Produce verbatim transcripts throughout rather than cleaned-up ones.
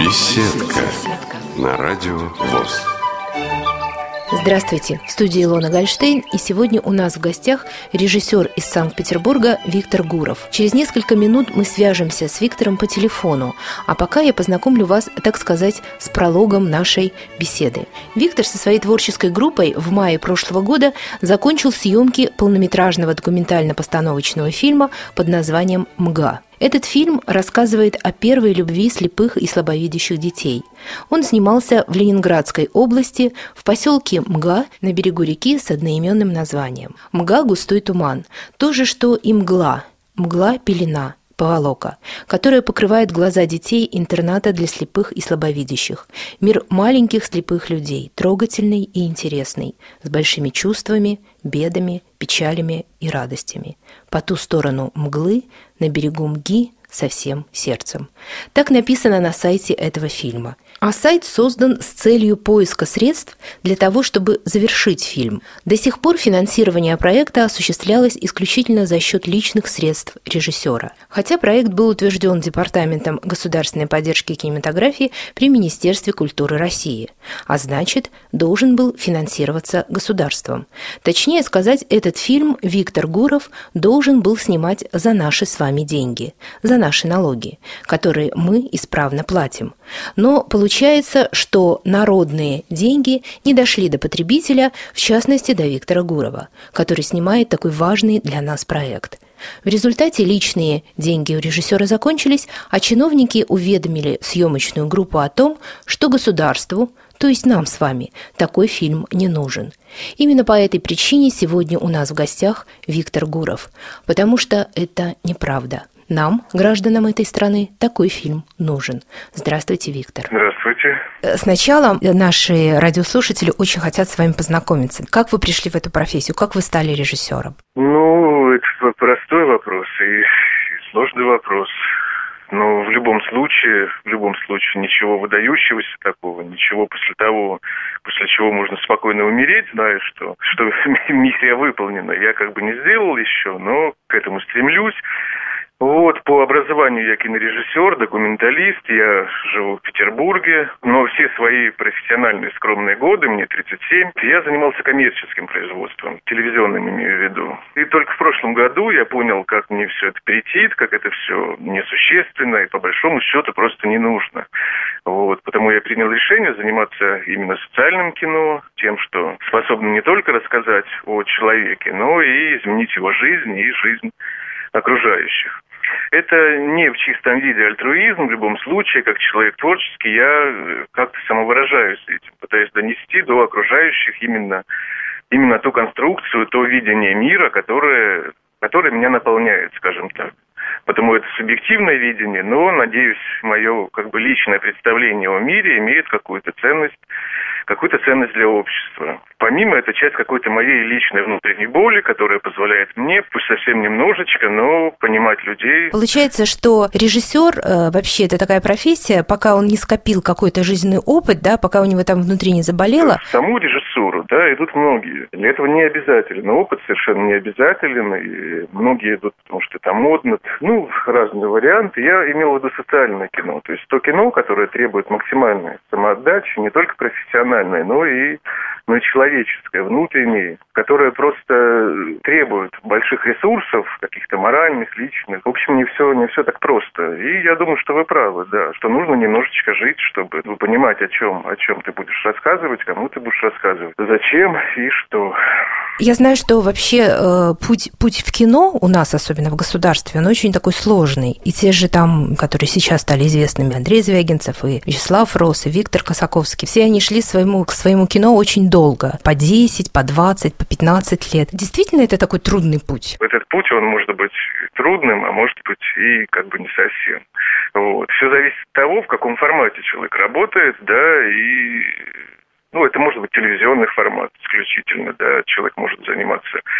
Беседка на радио ВОС. Здравствуйте, в студии Илона Гольштейн, и сегодня у нас в гостях режиссер из Санкт-Петербурга Виктор Гуров. Через несколько минут мы свяжемся с Виктором по телефону, а пока я познакомлю вас, так сказать, с прологом нашей беседы. Виктор со своей творческой группой в мае прошлого года закончил съемки полнометражного документально-постановочного фильма под названием «Мга». Этот фильм рассказывает о первой любви слепых и слабовидящих детей. Он снимался в Ленинградской области, в поселке Мга на берегу реки с одноименным названием. Мга – густой туман, то же, что и мгла, мгла – пелена, поволока, которая покрывает глаза детей интерната для слепых и слабовидящих. Мир маленьких слепых людей, трогательный и интересный, с большими чувствами, бедами, печалями и радостями. По ту сторону мглы, на берегу Мги, со всем сердцем. Так написано на сайте этого фильма. А сайт создан с целью поиска средств для того, чтобы завершить фильм. До сих пор финансирование проекта осуществлялось исключительно за счет личных средств режиссера. Хотя проект был утвержден Департаментом государственной поддержки кинематографии при Министерстве культуры России, а значит, должен был финансироваться государством. Точнее сказать, этот фильм Виктор Гуров должен был снимать за наши с вами деньги, за наши налоги, которые мы исправно платим. Но получается, что народные деньги не дошли до потребителя, в частности, до Виктора Гурова, который снимает такой важный для нас проект. В результате личные деньги у режиссера закончились, а чиновники уведомили съемочную группу о том, что государству, то есть нам с вами, такой фильм не нужен. Именно по этой причине сегодня у нас в гостях Виктор Гуров, потому что это неправда. Нам, гражданам этой страны, такой фильм нужен. Здравствуйте, Виктор. Здравствуйте. Сначала наши радиослушатели очень хотят с вами познакомиться. Как вы пришли в эту профессию? Как вы стали режиссером? Ну, это простой вопрос и сложный вопрос. Но в любом случае, в любом случае, ничего выдающегося такого, ничего после того, после чего можно спокойно умереть, зная, что, что миссия выполнена. Я как бы не сделал еще, но к этому стремлюсь. Вот, по образованию я кинорежиссер, документалист, я живу в Петербурге, но все свои профессиональные скромные годы, мне тридцать семь, я занимался коммерческим производством, телевизионным имею в виду. И только в прошлом году я понял, как мне все это претит, как это все несущественно и по большому счету просто не нужно. Вот, потому я принял решение заниматься именно социальным кино, тем, что способно не только рассказать о человеке, но и изменить его жизнь и жизнь окружающих. Это не в чистом виде альтруизм, в любом случае, как человек творческий, я как-то самовыражаюсь этим, пытаюсь донести до окружающих именно, именно ту конструкцию, то видение мира, которое, которое меня наполняет, скажем так. Потому это субъективное видение, но, надеюсь, мое как бы личное представление о мире имеет какую-то ценность, какую-то ценность для общества. Помимо, это часть какой-то моей личной внутренней боли, которая позволяет мне, пусть совсем немножечко, но понимать людей. Получается, что режиссер э, вообще это такая профессия, пока он не скопил какой-то жизненный опыт, да, пока у него там внутри не заболело. В саму режиссуру, да, идут многие. Для этого не обязательно. Опыт совершенно не обязателен, и многие идут, потому что это модно. Ну, разные варианты. Я имел в виду социальное кино. То есть то кино, которое требует максимальной самоотдачи, не только профессиональной, но и, но и человеческое, внутреннее, которое просто требует больших ресурсов, каких-то моральных, личных. В общем, не все, не все так просто. И я думаю, что вы правы, да, что нужно немножечко жить, чтобы понимать, о чем, о чем ты будешь рассказывать, кому ты будешь рассказывать, зачем и что. Я знаю, что вообще э, путь, путь в кино у нас, особенно в государстве, он очень такой сложный. И те же там, которые сейчас стали известными, Андрей Звягинцев и Вячеслав Росс, и Виктор Косаковский, все они шли своему, к своему кино очень долго. По десять, по двадцать, по пятнадцать лет. Действительно, это такой трудный путь? Этот путь, он может быть трудным, а может быть и как бы не совсем. Вот. Все зависит от того, в каком формате человек работает, да, и... Ну, это может быть телевизионный формат исключительно, да, человек может заниматься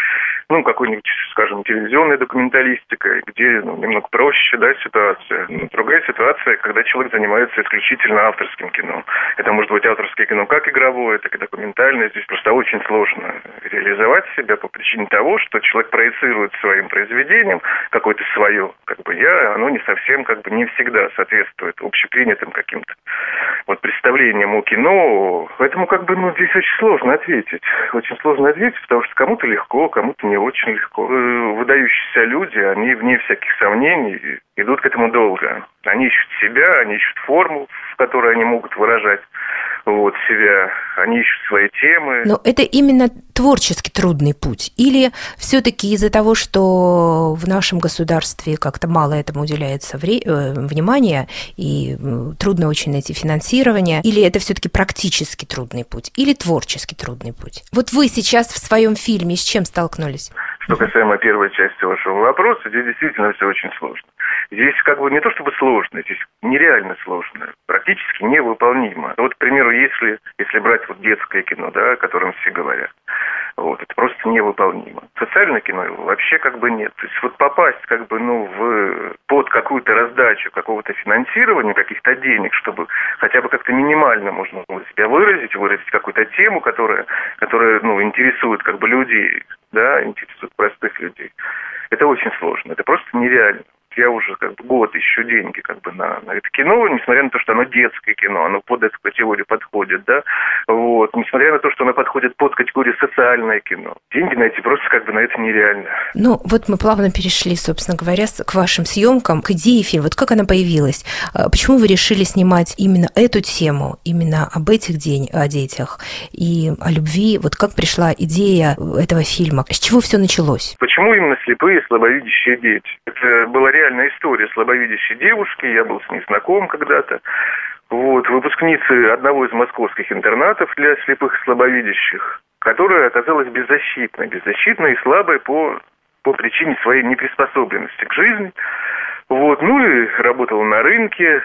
ну, какой-нибудь, скажем, телевизионной документалистикой, где ну, немного проще, да, ситуация. Но другая ситуация, когда человек занимается исключительно авторским кино. Это может быть авторское кино как игровое, так и документальное. Здесь просто очень сложно реализовать себя по причине того, что человек проецирует своим произведением какое-то свое, как бы я, оно не совсем, как бы не всегда соответствует общепринятым каким-то вот представлениям о кино. Поэтому как бы ну здесь очень сложно ответить. Очень сложно ответить, потому что кому-то легко, кому-то не очень легко. Выдающиеся люди, они вне всяких сомнений идут к этому долго. Они ищут себя, они ищут форму, в которой они могут выражать вот, себя, они ищут свои темы. Но это именно творчески трудный путь? Или все-таки из-за того, что в нашем государстве как-то мало этому уделяется вре- внимания, и трудно очень найти финансирование, или это все-таки практически трудный путь, или творчески трудный путь? Вот вы сейчас в своем фильме с чем столкнулись? Что касаемо первой части вашего вопроса, здесь действительно все очень сложно. Здесь как бы не то чтобы сложно, здесь нереально сложно, практически невыполнимо. Вот, к примеру, если, если брать вот детское кино, да, о котором все говорят, вот, это просто невыполнимо. Социальное кино вообще как бы нет. То есть вот попасть как бы, ну, в, под какую-то раздачу какого-то финансирования, каких-то денег, чтобы хотя бы как-то минимально можно было себя выразить, выразить какую-то тему, которая, которая ну, интересует как бы людей, да, интересует простых людей. Это очень сложно, это просто нереально. Я уже как бы год ищу деньги как бы на, на это кино, несмотря на то, что оно детское кино, оно под эту категорию подходит, да, вот, несмотря на то, что оно подходит под категорию социальное кино. Деньги найти просто как бы на это нереально. Ну, вот мы плавно перешли, собственно говоря, к вашим съемкам, к идее фильма. Вот как она появилась? Почему вы решили снимать именно эту тему, именно об этих день, о детях и о любви? Вот как пришла идея этого фильма? С чего все началось? Почему именно слепые, слабовидящие дети? Это была реальная история слабовидящей девушки, я был с ней знаком когда-то. Вот, выпускницы одного из московских интернатов для слепых и слабовидящих, которая оказалась беззащитной, беззащитной и слабой по, по причине своей неприспособленности к жизни. Вот, ну и работала на рынке,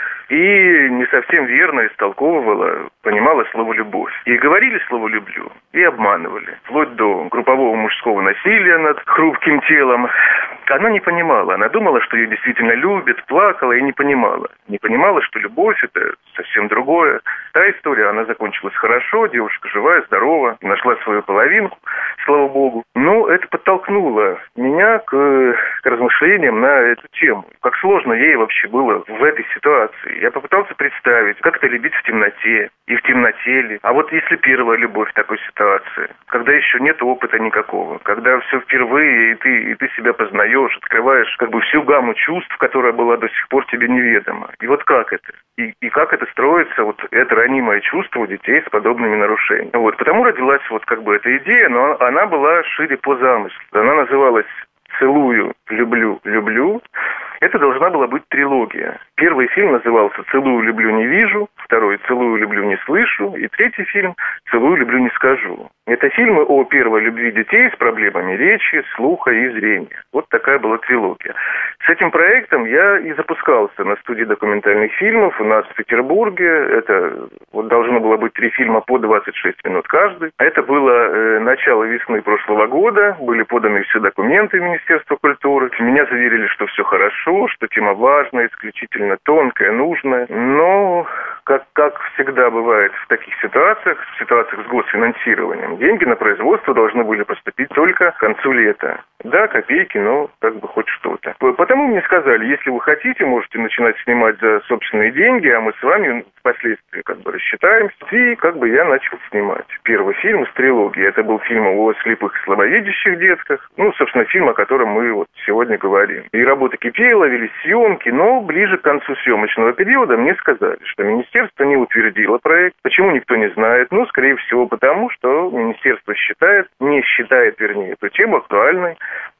и не совсем верно истолковывала, понимала слово «любовь». И говорили слово «люблю», и обманывали, вплоть до группового мужского насилия над хрупким телом. Она не понимала, она думала, что ее действительно любят, плакала и не понимала. Не понимала, что любовь – это совсем другое. Та история, она закончилась хорошо, девушка живая, здорова, нашла свою половинку, слава богу. Но это подтолкнуло меня к, к размышлениям на эту тему. Как сложно ей вообще было в этой ситуации. Я попытался представить, как это любить в темноте, и в темноте ли. А вот если первая любовь в такой ситуации, когда еще нет опыта никакого, когда все впервые, и ты, и ты себя познаешь, открываешь как бы всю гамму чувств, которая была до сих пор тебе неведома. И вот как это? И, и как это строится, вот это ранимое чувство у детей с подобными нарушениями. Вот, потому родилась вот как бы эта идея, но она была шире по замыслу. Она называлась «Целую, люблю, люблю». Это должна была быть трилогия. Первый фильм назывался «Целую, люблю, не вижу», второй «Целую, люблю, не слышу», и третий фильм «Целую, люблю, не скажу». Это фильмы о первой любви детей с проблемами речи, слуха и зрения. Вот такая была трилогия. С этим проектом я и запускался на студии документальных фильмов у нас в Петербурге. Это вот должно было быть три фильма по двадцать шесть минут каждый. Это было э, начало весны прошлого года. Были поданы все документы в Министерство культуры. Меня заверили, что все хорошо, что тема важная, исключительно тонкая, нужная. Но, как, как всегда бывает в таких ситуациях, в ситуациях с госфинансированием, деньги на производство должны были поступить только к концу лета. Да, копейки, но как бы хоть что-то. Потому мне сказали, если вы хотите, можете начинать снимать за собственные деньги, а мы с вами впоследствии как бы рассчитаемся. И как бы я начал снимать первый фильм из трилогии. Это был фильм о слепых и слабовидящих детках. Ну, собственно, фильм, о котором мы вот сегодня говорим. И работа кипела, велись съемки, но ближе к концу съемочного периода мне сказали, что министерство не утвердило проект. Почему, никто не знает. Ну, скорее всего, потому что министерство считает, не считает, вернее, эту тему актуальной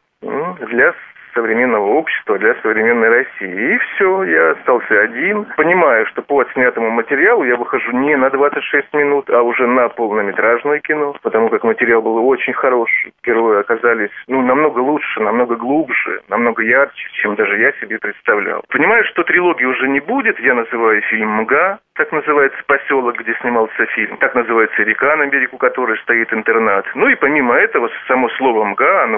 для современного общества, для современной России. И все, я остался один. Понимаю, что по отснятому материалу я выхожу не на двадцать шесть минут, а уже на полнометражное кино, потому как материал был очень хороший. Герои оказались ну, намного лучше, намного глубже, намного ярче, чем даже я себе представлял. Понимаю, что трилогии уже не будет. Я называю фильм «Мга». Так называется поселок, где снимался фильм. Так называется река, на берегу которой стоит интернат. Ну и помимо этого, само слово «Мга», оно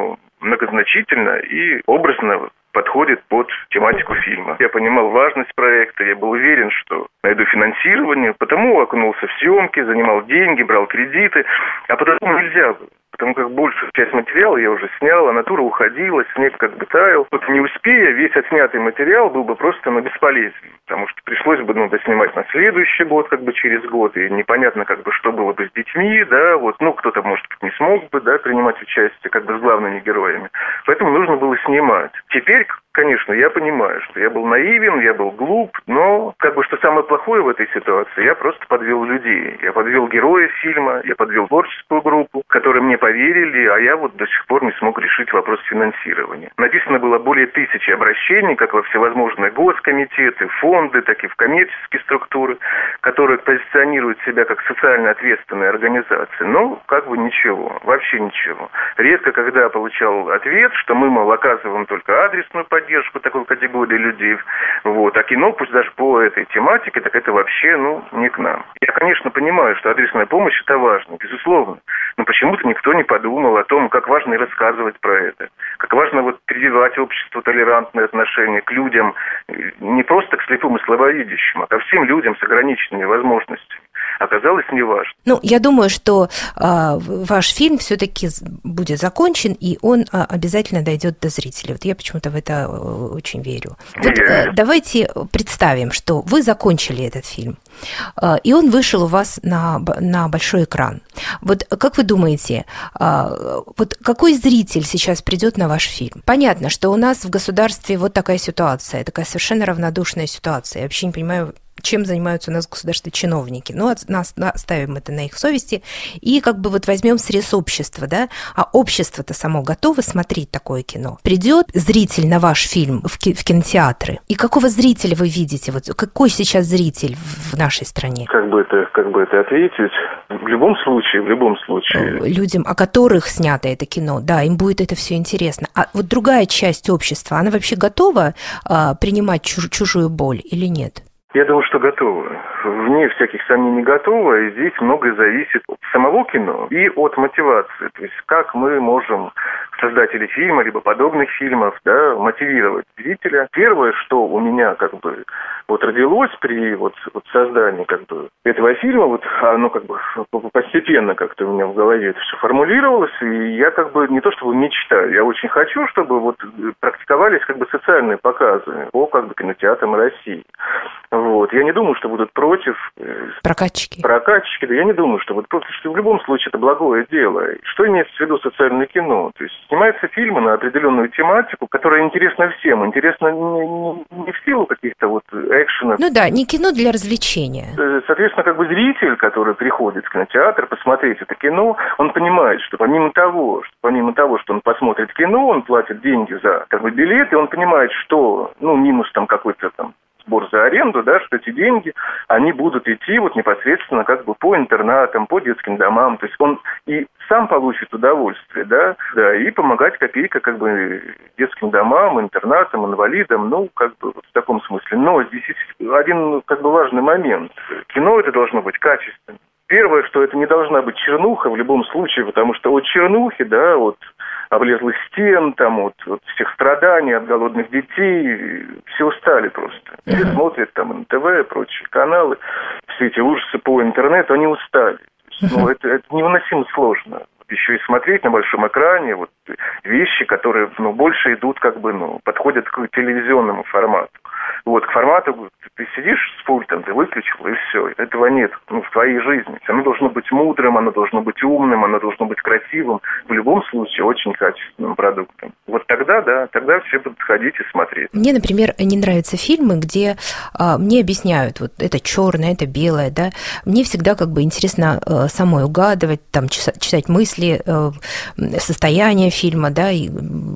многозначительно и образно подходит под тематику фильма. Я понимал важность проекта, я был уверен, что найду финансирование, потому окунулся в съемки, занимал деньги, брал кредиты, а потому нельзя было. Потому как большую часть материала я уже снял, а натура уходила, снег как бы таял. Вот не успея, весь отснятый материал был бы просто ну, бесполезен. Потому что пришлось бы ну, доснимать на следующий год, как бы через год. И непонятно, как бы, что было бы с детьми, да, вот, ну, кто-то, может быть, не смог бы, да, принимать участие, как бы, с главными героями. Поэтому нужно было снимать. Теперь, конечно, я понимаю, что я был наивен, я был глуп, но, как бы, что самое плохое в этой ситуации, я просто подвел людей. Я подвел героя фильма, я подвел творческую группу, которая мне поверили, а я вот до сих пор не смог решить вопрос финансирования. Написано было более тысячи обращений, как во всевозможные госкомитеты, фонды, так и в коммерческие структуры, которые позиционируют себя как социально ответственные организации. Но как бы ничего, вообще ничего. Редко, когда я получал ответ, что мы, мол, оказываем только адресную поддержку такой категории людей, вот, а кино, пусть даже по этой тематике, так это вообще, ну, не к нам. Я, конечно, понимаю, что адресная помощь – это важно, безусловно, но почему-то никто не подумал о том, как важно и рассказывать про это, как важно вот прививать обществу толерантное отношение к людям, не просто к слепым и слабовидящим, а ко всем людям с ограниченными возможностями. Оказалось неважно. Ну, я думаю, что э, ваш фильм все-таки будет закончен, и он э, обязательно дойдет до зрителей. Вот я почему-то в это э, очень верю. Вот, э, давайте представим, что вы закончили этот фильм, э, и он вышел у вас на, на большой экран. Вот как вы думаете, э, вот какой зритель сейчас придет на ваш фильм? Понятно, что у нас в государстве вот такая ситуация, такая совершенно равнодушная ситуация. Я вообще не понимаю, чем занимаются у нас государственные чиновники. Ну, нас оставим это на их совести и как бы вот возьмем срез общества, да, а общество-то само готово смотреть такое кино. Придет зритель на ваш фильм в, ки- в кинотеатры, и какого зрителя вы видите? Вот какой сейчас зритель в нашей стране? Как бы это, как бы это ответить? В любом случае, в любом случае. Людям, о которых снято это кино, да, им будет это все интересно. А вот другая часть общества, она вообще готова а, принимать чуж- чужую боль или нет? Я думаю, что готова. Вне всяких сомнений готова, и здесь многое зависит от самого кино и от мотивации. То есть как мы можем, создатели фильма, либо подобных фильмов, да, мотивировать зрителя. Первое, что у меня как бы вот родилось при вот, вот создании как бы этого фильма, вот оно как бы постепенно как-то у меня в голове это все формулировалось, и я как бы не то чтобы мечтаю, я очень хочу, чтобы вот практиковались как бы социальные показы по как бы кинотеатрам России. Вот. Я не думаю, что будут против. Прокатчики. Прокатчики, да я не думаю, что будут против, что в любом случае это благое дело. Что имеется в виду социальное кино? То есть снимаются фильмы на определенную тематику, которая интересна всем. Интересна не, не в силу каких-то вот экшенов. Ну да, не кино для развлечения. Соответственно, как бы зритель, который приходит в кинотеатр посмотреть это кино, он понимает, что помимо того, что помимо того, что он посмотрит кино, он платит деньги за как бы билет, и он понимает, что, ну, минус там какой-то там сбор за аренду, да, что эти деньги, они будут идти вот непосредственно как бы по интернатам, по детским домам. То есть он и сам получит удовольствие, да, да, и помогать копейка как бы детским домам, интернатам, инвалидам, ну, как бы вот в таком смысле. Но здесь есть один как бы важный момент. Кино это должно быть качественным. Первое, что это не должна быть чернуха в любом случае, потому что от чернухи, да, от облезлых стен, там, от, от всех страданий, от голодных детей, все устали просто. Все uh-huh. смотрят там эн тэ вэ, прочие каналы, все эти ужасы по интернету, они устали. Uh-huh. Ну, это, это невыносимо сложно. Еще и смотреть на большом экране вот вещи, которые, ну, больше идут, как бы, ну, подходят к телевизионному формату. Вот, к формату ты сидишь с пультом, ты выключил, и все. Этого нет, ну, в твоей жизни. Оно должно быть мудрым, оно должно быть умным, оно должно быть красивым. В любом случае, очень качественным продуктом. Вот тогда, да, тогда все будут ходить и смотреть. Мне, например, не нравятся фильмы, где а, мне объясняют, вот это черное, это белое, да. Мне всегда как бы интересно а, самой угадывать, там, читать мысли, а, состояние фильма, да, и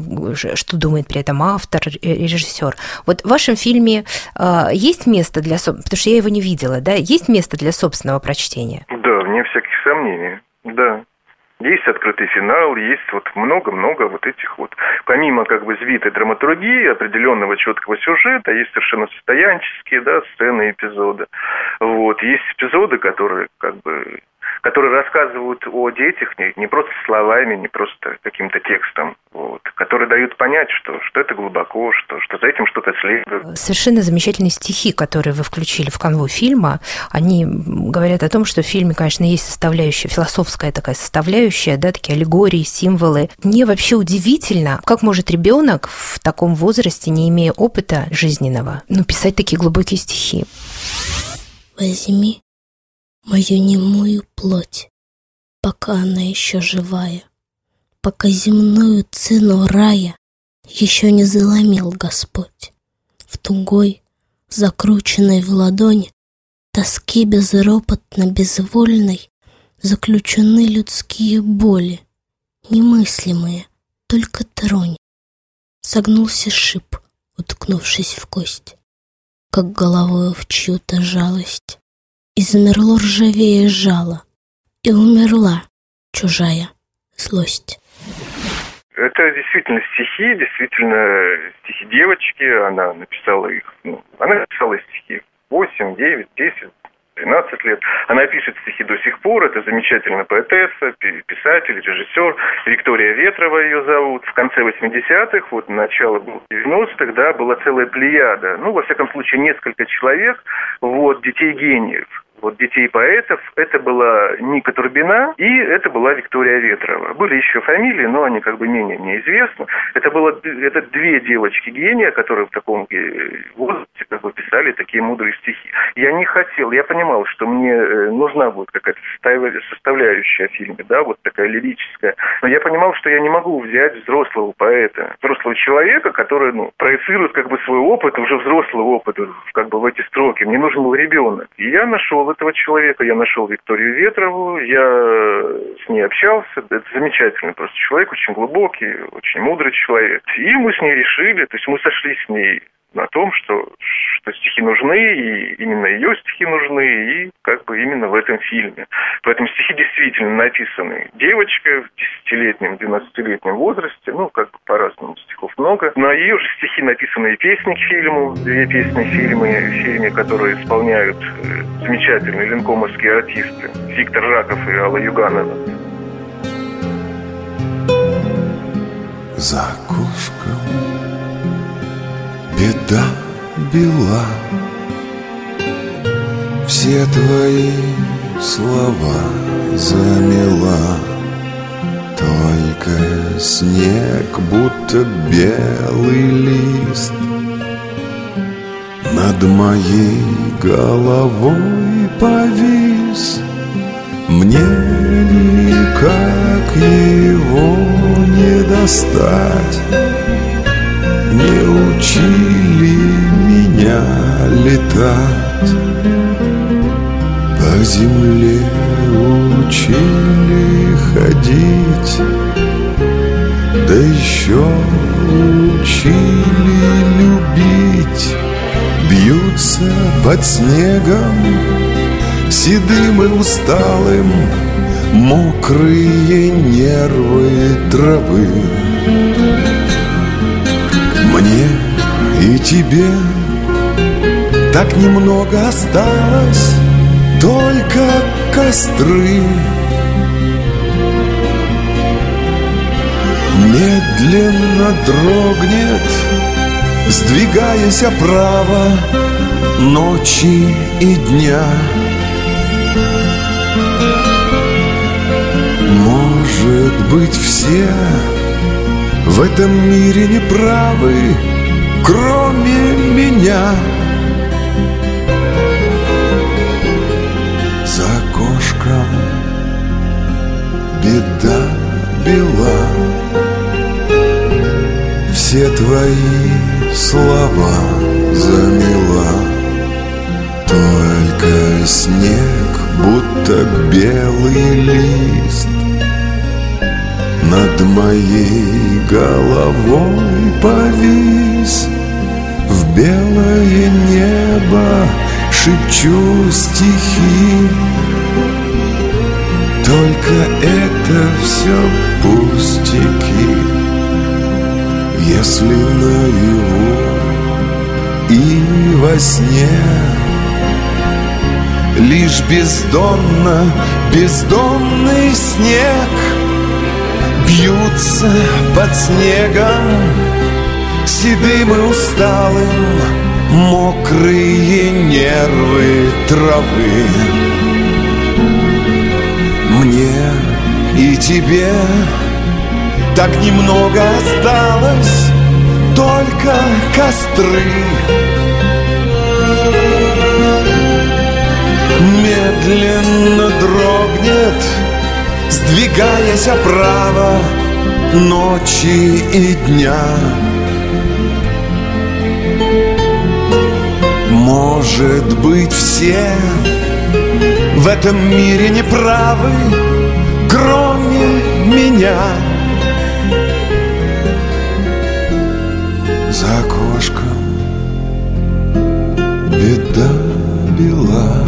что думает при этом автор, режиссер. Вот в вашем фильме а, есть место для, потому что я его не видела, да, есть место для собственного прочтения? Да, вне всяких сомнений, да. Есть открытый финал, есть вот много-много вот этих вот, помимо как бы звитой драматургии, определенного четкого сюжета, есть совершенно состоянческие, да, сцены, эпизоды. Вот, есть эпизоды, которые как бы которые рассказывают о детях не, не просто словами, не просто каким-то текстом, вот, которые дают понять, что, что это глубоко, что, что за этим что-то следует. Совершенно замечательные стихи, которые вы включили в канву фильма, они говорят о том, что в фильме, конечно, есть составляющая, философская такая составляющая, да, такие аллегории, символы. Мне вообще удивительно, как может ребенок в таком возрасте, не имея опыта жизненного, ну, писать такие глубокие стихи. Возьми мою немую плоть, пока она еще живая, пока земную цену рая еще не заломил Господь. В тугой, закрученной в ладони тоски безропотно безвольной заключены людские боли, немыслимые, только тронь. Согнулся шип, уткнувшись в кость, как головою в чью-то жалость, и замерло ржавее жало, и умерла чужая злость. Это действительно стихи, действительно стихи девочки. Она написала их, ну, она написала стихи восемь, девять, десять, тринадцать лет. Она пишет стихи до сих пор. Это замечательная поэтесса, писатель, режиссер. Виктория Ветрова ее зовут. В конце восьмидесятых, вот начало девяностых, да, была целая плеяда. Ну, во всяком случае, несколько человек, вот, детей гениев. Вот детей поэтов, это была Ника Турбина и это была Виктория Ветрова. Были еще фамилии, но они как бы менее мне известны. Это было это две девочки-гения, которые в таком возрасте как бы писали такие мудрые стихи. Я не хотел, я понимал, что мне нужна будет какая-то составляющая в фильме, да, вот такая лирическая. Но я понимал, что я не могу взять взрослого поэта, взрослого человека, который, ну, проецирует как бы свой опыт, уже взрослый опыт, как бы в эти строки. Мне нужен был ребенок. И я нашел этого человека, я нашел Викторию Ветрову, я с ней общался, это замечательный просто человек, очень глубокий, очень мудрый человек. И мы с ней решили, то есть мы сошлись с ней на том, что, что стихи нужны, и именно ее стихи нужны, и как бы именно в этом фильме. Поэтому стихи действительно написаны девочкой в десятилетнем, двенадцатилетнем возрасте, ну, как бы по-разному стихов много. На ее же стихи написаны и песни к фильму, две песни фильмы, в фильме, которые исполняют замечательные ленкомовские артисты Виктор Раков и Алла Юганова. За окошком беда бела, все твои слова замела, только снег, будто белый лист, над моей головой повис. Мне никак его не достать, не учили меня летать, по земле учили ходить, да еще учили любить. Бьются под снегом седым и усталым мокрые нервы травы. Мне и тебе так немного осталось, только костры. Медленно дрогнет, сдвигаясь оправа ночи и дня. Может быть, все в этом мире неправы, кроме меня. За окошком беда бела, все твои слова замела, только снег, будто белый лист, над моей головой повис. В белое небо шепчу стихи, только это все пустяки, если наяву и во сне лишь бездонно, бездонный снег. Бьются под снегом седым и усталым мокрые нервы травы. Мне и тебе так немного осталось, только костры. Медленно дрогнет, сдвигаясь оправа ночи и дня. Может быть, все в этом мире неправы, кроме меня. За окошком беда бела.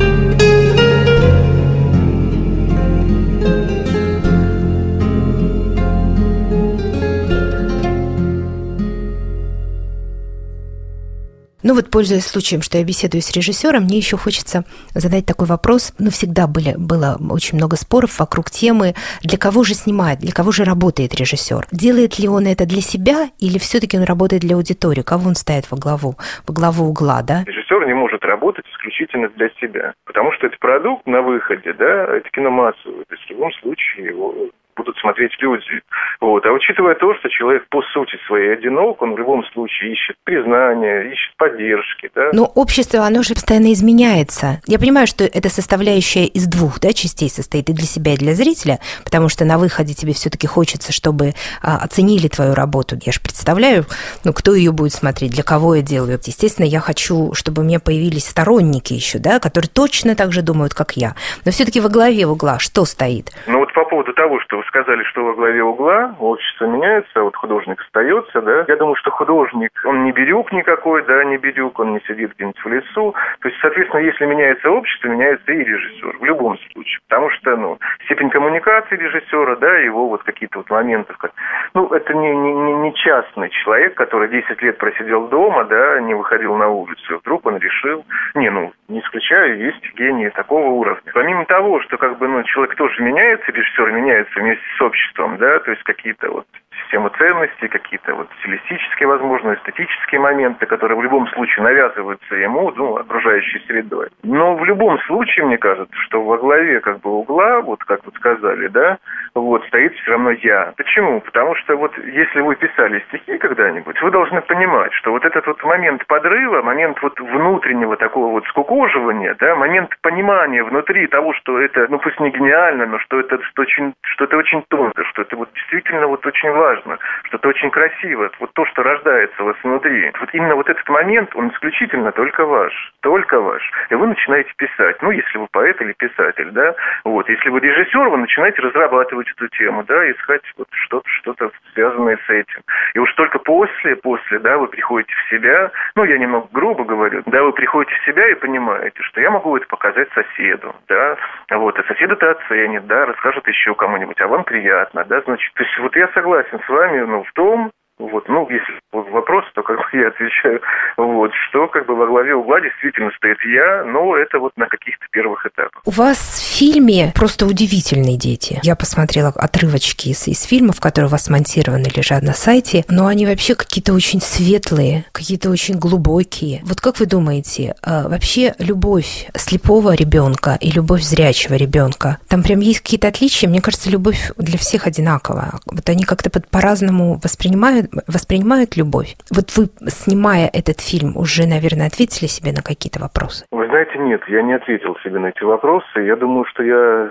Ну вот, пользуясь случаем, что я беседую с режиссером, мне еще хочется задать такой вопрос. Ну, всегда были, было очень много споров вокруг темы, для кого же снимает, для кого же работает режиссер. Делает ли он это для себя или все-таки он работает для аудитории? Кого он ставит во главу, во главу угла, да? Режиссер не может работать исключительно для себя, потому что это продукт на выходе, да, это кино массовое. То есть в любом случае его будут смотреть люди. Вот. А учитывая то, что человек по сути своей одинок, он в любом случае ищет признания, ищет поддержки. Да? Но общество, оно же постоянно изменяется. Я понимаю, что это составляющая из двух, да, частей состоит, и для себя, и для зрителя, потому что на выходе тебе все-таки хочется, чтобы а, оценили твою работу. Я же представляю, ну, кто ее будет смотреть, для кого я делаю. Естественно, я хочу, чтобы у меня появились сторонники еще, да, которые точно так же думают, как я. Но все-таки во главе угла что стоит? Ну вот по поводу того, что вы сказали, что во главе угла общество меняется, а вот художник остается, да. Я думаю, что художник, он не бирюк никакой, да, не бирюк, он не сидит где-нибудь в лесу. То есть, соответственно, если меняется общество, меняется и режиссер в любом случае. Потому что, ну, степень коммуникации режиссера, да, его вот какие-то вот моменты, как, ну, это не, не, не частный человек, который десять лет просидел дома, да, не выходил на улицу. Вдруг он решил, не, ну, не исключаю, есть гении такого уровня. Помимо того, что как бы, ну, человек тоже меняется, режиссер меняется вместе с обществом, да, то есть какие-то вот системы ценностей, какие-то вот стилистические, возможно, эстетические моменты, которые в любом случае навязываются ему, ну, окружающей средой. Но в любом случае, мне кажется, что во главе как бы угла, вот как вы сказали, да, вот стоит все равно я. Почему? Потому что вот если вы писали стихи когда-нибудь, вы должны понимать, что вот этот вот момент подрыва, момент вот внутреннего такого вот скукоживания, да, момент понимания внутри того, что это, ну пусть не гениально, но что это, что очень, что это очень тонко, что это вот действительно вот очень важно, что это очень красиво, вот то, что рождается у вас внутри. Вот именно вот этот момент, он исключительно только ваш, только ваш. И вы начинаете писать, ну, если вы поэт или писатель, да, вот, если вы режиссер, вы начинаете разрабатывать эту тему, да, искать вот что-то, что-то связанное с этим. И уж только после, после, да, вы приходите в себя, ну, я немного грубо говорю, да, вы приходите в себя и понимаете, что я могу это показать соседу, да, вот, и сосед это оценит, да, расскажет еще кому-нибудь, а вам приятно, да, значит, то есть вот я согласен с вами, ну, в том, вот, ну, если вопрос, то как бы я отвечаю, вот, что как бы во главе угла действительно стоит я, но это вот на каких-то первых этапах. У вас в фильме просто удивительные дети. Я посмотрела отрывочки из, из фильмов, которые у вас смонтированы, лежат на сайте, но они вообще какие-то очень светлые, какие-то очень глубокие. Вот как вы думаете, вообще любовь слепого ребенка и любовь зрячего ребенка, там прям есть какие-то отличия? Мне кажется, любовь для всех одинаковая. Вот они как-то по-разному воспринимают воспринимают любовь. Вот вы, снимая этот фильм, уже, наверное, ответили себе на какие-то вопросы? Вы знаете, нет, я не ответил себе на эти вопросы. Я думаю, что я,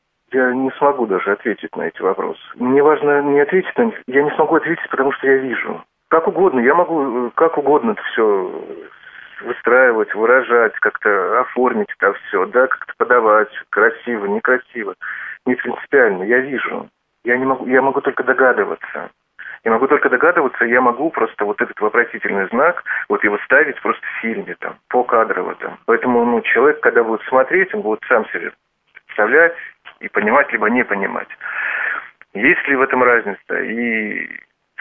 я не смогу даже ответить на эти вопросы. Мне важно не ответить на них. Я не смогу ответить, потому что я вижу. Как угодно, я могу как угодно это все выстраивать, выражать, как-то оформить это все, да, как-то подавать, красиво, некрасиво. Не принципиально, я вижу. Я не могу, я могу только догадываться. Я могу только догадываться, я могу просто вот этот вопросительный знак, вот его ставить просто в фильме, там, покадрово там. Поэтому, ну, человек, когда будет смотреть, он будет сам себе представлять и понимать, либо не понимать. Есть ли в этом разница? И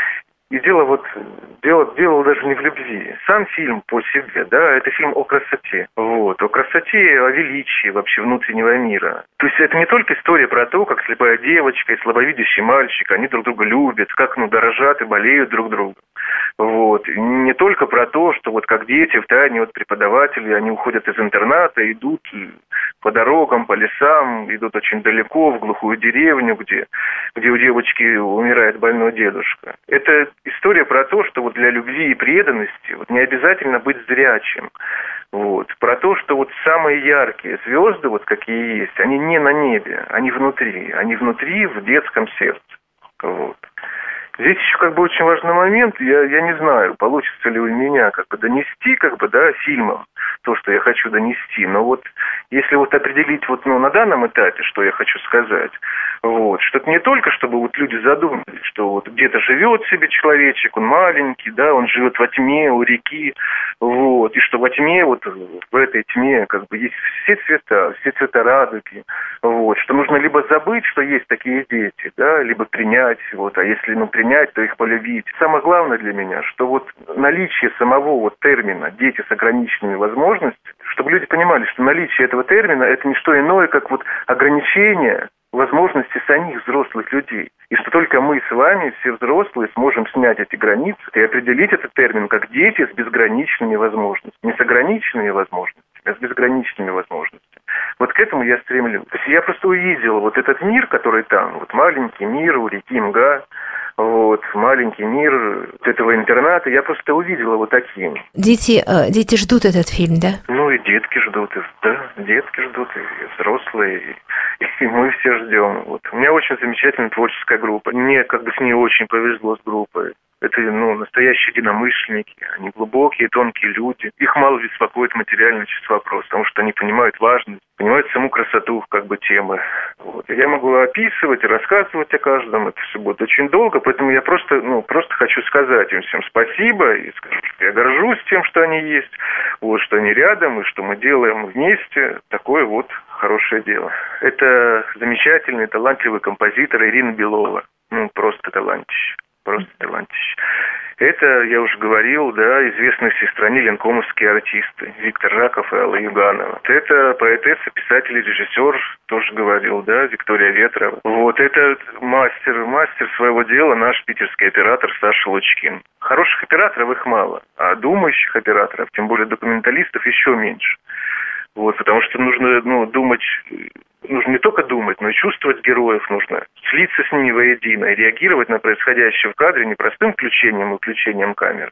И дело вот, дело, дело даже не в любви. Сам фильм по себе, да, это фильм о красоте. Вот, о красоте, о величии вообще внутреннего мира. То есть это не только история про то, как слепая девочка и слабовидящий мальчик, они друг друга любят, как, ну, дорожат и болеют друг другом. Вот. И не только про то, что вот как дети втайне от преподавателей, они уходят из интерната, идут по дорогам, по лесам, идут очень далеко, в глухую деревню, где, где у девочки умирает больной дедушка. Это история про то, что вот для любви и преданности вот не обязательно быть зрячим. Вот. Про то, что вот самые яркие звезды, вот какие есть, они не на небе, они внутри. Они внутри, в детском сердце. Вот. Здесь еще как бы очень важный момент, я, я не знаю, получится ли у меня как бы донести, как бы, да, фильмом то, что я хочу донести, но вот если вот определить вот, ну, на данном этапе, что я хочу сказать, вот, что это не только, чтобы вот люди задумались, что вот где-то живет себе человечек, он маленький, да, он живет во тьме, у реки, вот, и что во тьме, вот в этой тьме, как бы, есть все цвета, все цвета радуги, вот, что нужно либо забыть, что есть такие дети, да, либо принять, вот, а если, ну, принять, то их полюбить. Самое главное для меня, что вот наличие самого вот термина «дети с ограниченными возможностями», чтобы люди понимали, что наличие этого термина – это не что иное, как вот ограничение возможности самих взрослых людей. И что только мы с вами, все взрослые, сможем снять эти границы и определить этот термин как «дети с безграничными возможностями». Не с ограниченными возможностями, а с безграничными возможностями. Вот к этому я стремлюсь. То есть я просто увидел вот этот мир, который там, вот маленький мир у реки Мга, вот, маленький мир этого интерната, я просто увидел его таким. Дети, э, дети ждут этот фильм, да? Ну и детки ждут, и, да, детки ждут, и взрослые, и, и мы все ждем. Вот. У меня очень замечательная творческая группа. Мне как бы с ней очень повезло, с группой. Это, ну, настоящие единомышленники, они глубокие, тонкие люди. Их мало беспокоит материальный чисто вопрос, потому что они понимают важность, понимают саму красоту как бы темы. Вот. Я могу описывать и рассказывать о каждом, это все будет очень долго, поэтому я просто, ну, просто хочу сказать им всем спасибо и скажу, что я горжусь тем, что они есть, вот, что они рядом и что мы делаем вместе такое вот хорошее дело. Это замечательный, талантливый композитор Ирина Белова, ну, просто талантище. Просто талантище. Это, я уже говорил, да, известные всей стране ленкомовские артисты Виктор Жаков и Алла Юганова. Это поэтесса, писатель и режиссер, тоже говорил, да, Виктория Ветрова. Вот, это мастер, мастер своего дела, наш питерский оператор Саша Лучкин. Хороших операторов их мало, а думающих операторов, тем более документалистов, еще меньше. Вот, потому что нужно, ну, думать, нужно не только думать, но и чувствовать героев нужно, слиться с ними воедино и реагировать на происходящее в кадре не простым включением и включением камер,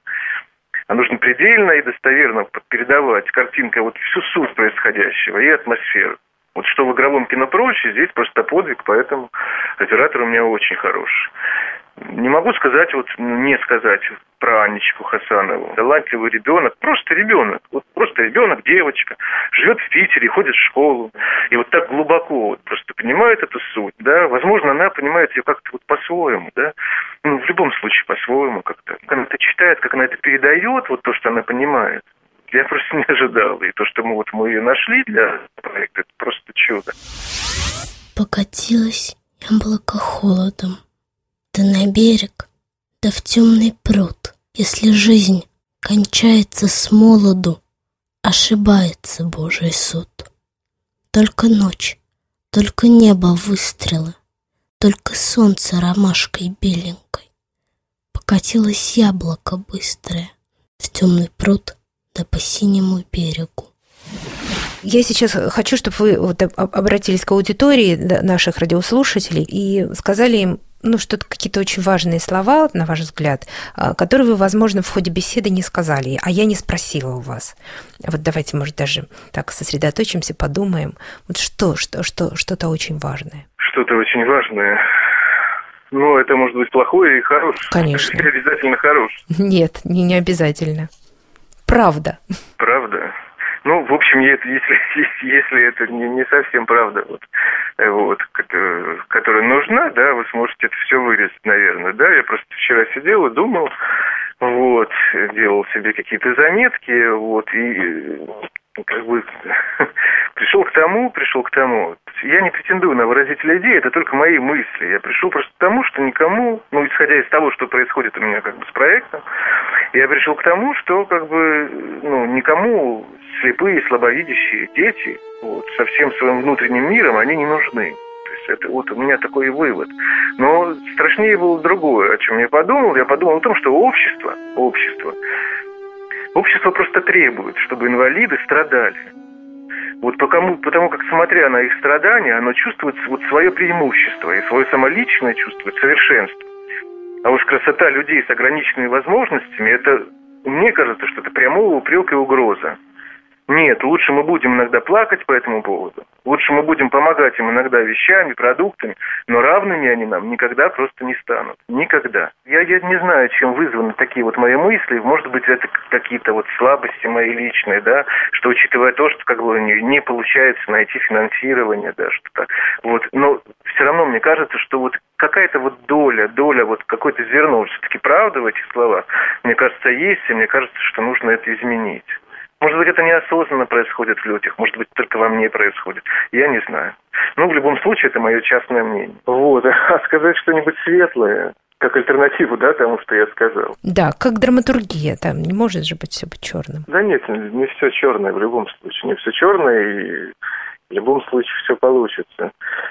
а нужно предельно и достоверно передавать картинкой вот всю суть происходящего и атмосферу. Вот что в игровом кино проще, здесь просто подвиг, поэтому оператор у меня очень хороший. Не могу сказать, вот не сказать про Анечку Хасанову. Талантливый ребенок, просто ребенок, вот просто ребенок, девочка, живет в Питере, ходит в школу, и вот так глубоко вот просто понимает эту суть, да, возможно, она понимает ее как-то вот по-своему, да, ну, в любом случае по-своему как-то. Как она это читает, как она это передает, вот то, что она понимает, я просто не ожидал, и то, что мы вот мы ее нашли для проекта, это просто чудо. Покатилось яблоко холодом, да на берег, да в темный пруд. Если жизнь кончается с молоду, ошибается Божий суд. Только ночь, только небо выстрелы, только солнце ромашкой беленькой. Покатилось яблоко быстрое в темный пруд, да по синему берегу. Я сейчас хочу, чтобы вы вот обратились к аудитории наших радиослушателей и сказали им, ну, что-то, какие-то очень важные слова, на ваш взгляд, которые вы, возможно, в ходе беседы не сказали, а я не спросила у вас. Вот давайте, может, даже так сосредоточимся, подумаем. Вот что, что, что, что-то очень важное. Что-то очень важное. Ну, это может быть плохое и хорошее. Конечно. Не обязательно хорошее. Нет, не, не обязательно. Правда. Правда. Ну, в общем, если, если, если это не, не совсем правда, вот, вот, которая нужна, да, вы сможете это все вырезать, наверное, да. Я просто вчера сидел и думал, вот, делал себе какие-то заметки, вот, и как бы пришел к тому, пришел к тому. Я не претендую на выразителя идеи, это только мои мысли. Я пришел просто к тому, что никому, ну, исходя из того, что происходит у меня как бы с проектом, я пришел к тому, что как бы, ну, никому слепые, слабовидящие дети, вот, со всем своим внутренним миром, они не нужны. То есть это вот у меня такой вывод. Но страшнее было другое, о чем я подумал. Я подумал о том, что общество, общество, общество просто требует, чтобы инвалиды страдали. Вот потому, потому как, смотря на их страдания, оно чувствует вот свое преимущество и свое самоличное чувствует совершенство. А уж красота людей с ограниченными возможностями, это, мне кажется, что это прямого упрека и угроза. Нет, лучше мы будем иногда плакать по этому поводу. Лучше мы будем помогать им иногда вещами, продуктами, но равными они нам никогда просто не станут. Никогда. Я, я не знаю, чем вызваны такие вот мои мысли. Может быть, это какие-то вот слабости мои личные, да, что учитывая то, что как бы не, не получается найти финансирование, да, что-то. Вот. Но все равно мне кажется, что вот какая-то вот доля, доля, вот какое-то зерно, все-таки правда в этих словах, мне кажется, есть, и мне кажется, что нужно это изменить. Может быть, это неосознанно происходит в людях, может быть, только во мне происходит. Я не знаю. Ну, в любом случае, это мое частное мнение. Вот. А сказать что-нибудь светлое, как альтернативу, да, тому, что я сказал. Да, как драматургия, там не может же быть все быть черным. Да нет, не все черное в любом случае. Не все черное, и в любом случае все получится.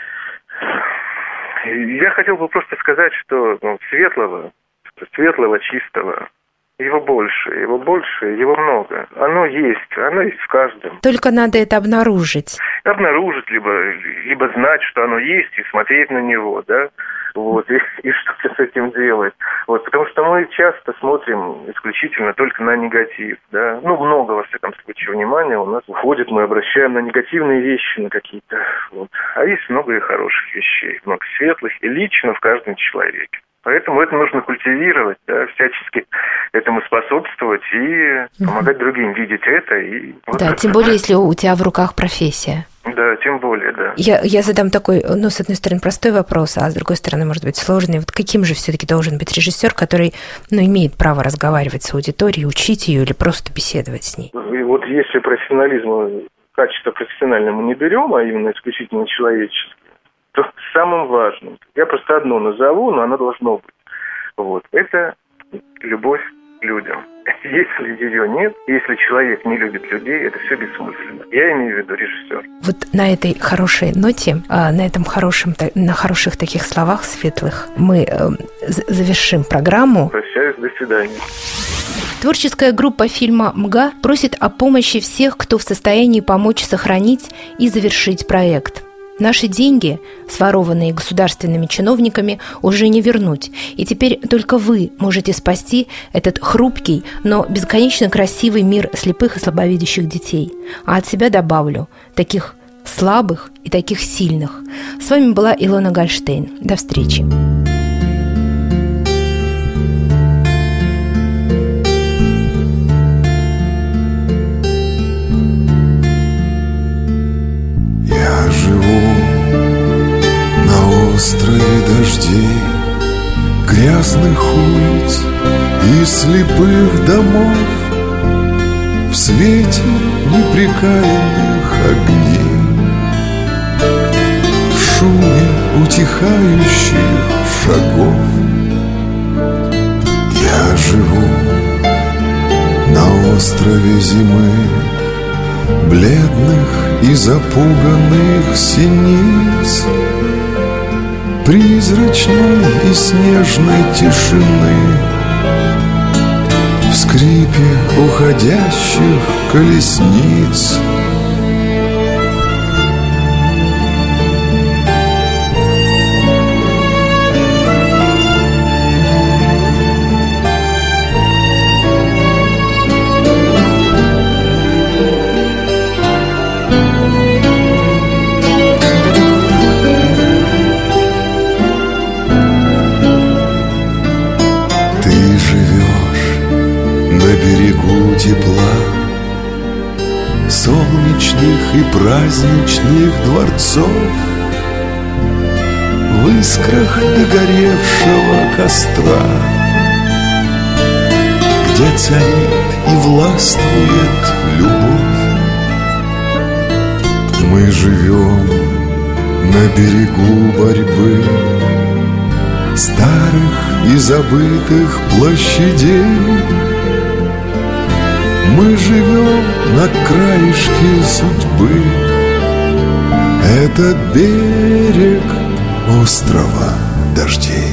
Я хотел бы просто сказать, что ну, светлого, светлого, чистого, его больше, его больше, его много. Оно есть, оно есть в каждом. Только надо это обнаружить. Обнаружить, либо, либо знать, что оно есть, и смотреть на него, да, вот, и, и что-то с этим делать. Вот, потому что мы часто смотрим исключительно только на негатив, да. Ну, много, во всяком случае, внимания у нас уходит, мы обращаем на негативные вещи, на какие-то, вот. А есть много и хороших вещей, много светлых, и лично в каждом человеке. Поэтому это нужно культивировать, да, всячески этому способствовать и помогать угу. другим видеть это. И вот да, это. Тем более, если у тебя в руках профессия. Да, тем более, да. Я, я задам такой, ну, с одной стороны, простой вопрос, а с другой стороны, может быть, сложный. Вот каким же все-таки должен быть режиссер, который, ну, имеет право разговаривать с аудиторией, учить ее или просто беседовать с ней? И вот если профессионализм, качество профессиональное мы не берем, а именно исключительно человеческое, то самым важным, я просто одно назову, но оно должно быть. Вот. Это любовь к людям. Если ее нет, если человек не любит людей, это все бессмысленно. Я имею в виду режиссер. Вот на этой хорошей ноте, на этом хорошем, на хороших таких словах светлых мы завершим программу. Прощаюсь, до свидания. Творческая группа фильма «МГА» просит о помощи всех, кто в состоянии помочь сохранить и завершить проект. Наши деньги, сворованные государственными чиновниками, уже не вернуть. И теперь только вы можете спасти этот хрупкий, но бесконечно красивый мир слепых и слабовидящих детей. А от себя добавлю, таких слабых и таких сильных. С вами была Илона Гольштейн. До встречи. Я живу на острове дождей, грязных улиц и слепых домов, в свете непрекаянных огней, в шуме утихающих шагов. Я живу на острове зимы, бледных и запуганных синиц, призрачной и снежной тишины, в скрипе уходящих колесниц. Тепла, солнечных и праздничных дворцов, в искрах догоревшего костра, где царит и властвует любовь. живем на берегу борьбы старых и забытых площадей. Мы живем на краешке судьбы. Этот берег острова дождей.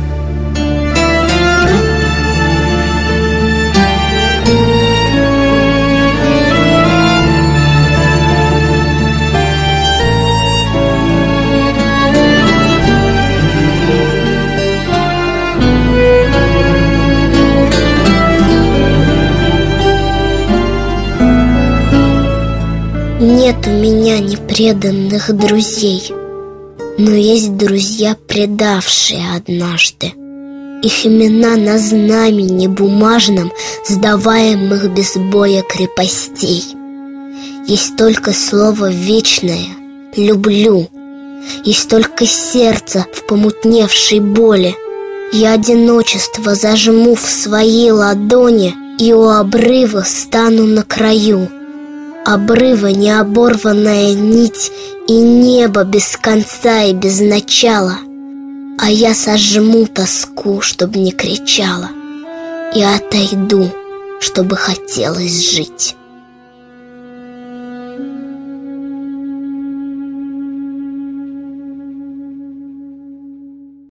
Нет у меня непреданных друзей, но есть друзья, предавшие однажды. Их имена на знамени бумажном, сдаваемых без боя крепостей. Есть только слово вечное «люблю», есть только сердце в помутневшей боли. Я одиночество зажму в своей ладони и у обрыва стану на краю. Обрыва необорванная нить и небо без конца и без начала. А я сожму тоску, чтоб не кричала, и отойду, чтобы хотелось жить.